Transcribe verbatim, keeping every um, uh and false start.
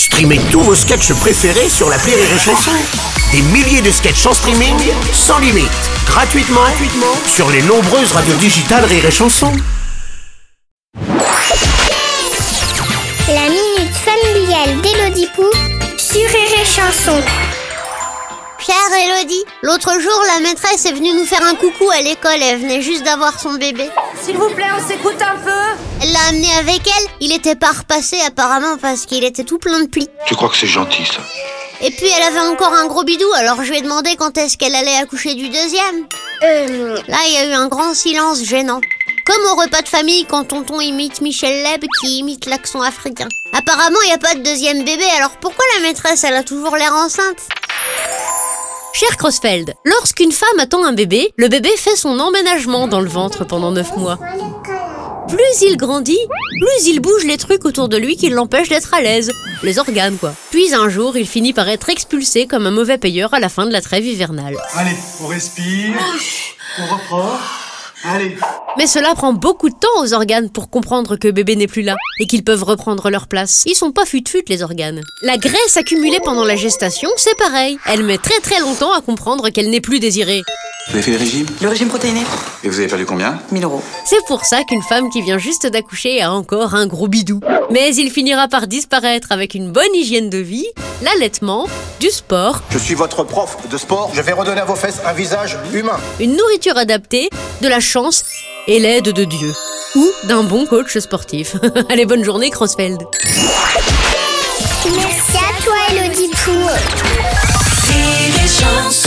Streamez tous vos sketchs préférés sur l'appli Rire et Chanson. Des milliers de sketchs en streaming, sans limite, gratuitement, gratuitement sur les nombreuses radios digitales Rire et Chanson. La minute familiale d'Élodie Pou sur Rire et Chanson. Chère Élodie, l'autre jour, la maîtresse est venue nous faire un coucou à l'école. Elle venait juste d'avoir son bébé. S'il vous plaît, on s'écoute un peu. Elle l'a amené avec elle. Il était pas repassé apparemment parce qu'il était tout plein de plis. Tu crois que c'est gentil, ça? Et puis elle avait encore un gros bidou, alors je lui ai demandé quand est-ce qu'elle allait accoucher du deuxième. Euh... Là, il y a eu un grand silence gênant. Comme au repas de famille quand tonton imite Michel Leb qui imite l'accent africain. Apparemment, il n'y a pas de deuxième bébé, alors pourquoi la maîtresse, elle a toujours l'air enceinte? Cher Crossfeld, lorsqu'une femme attend un bébé, le bébé fait son emménagement dans le ventre pendant neuf mois. Plus il grandit, plus il bouge les trucs autour de lui qui l'empêchent d'être à l'aise. Les organes, quoi. Puis un jour, il finit par être expulsé comme un mauvais payeur à la fin de la trêve hivernale. Allez, on respire, on reprend. Allez. Mais cela prend beaucoup de temps aux organes pour comprendre que bébé n'est plus là et qu'ils peuvent reprendre leur place. Ils sont pas fut-fut les organes. La graisse accumulée pendant la gestation, c'est pareil. Elle met très très longtemps à comprendre qu'elle n'est plus désirée. Vous avez fait le régime? Le régime protéiné, Et vous avez perdu combien? mille euros. C'est pour ça qu'une femme qui vient juste d'accoucher a encore un gros bidou. Mais il finira par disparaître avec une bonne hygiène de vie, l'allaitement, du sport, Je suis votre prof de sport. Je vais redonner à vos fesses un visage humain. une nourriture adaptée, de la chance et l'aide de Dieu. Ou d'un bon coach sportif. Allez, bonne journée, Crossfeld. Merci à toi, Élodie Pou. Rire et Chanson.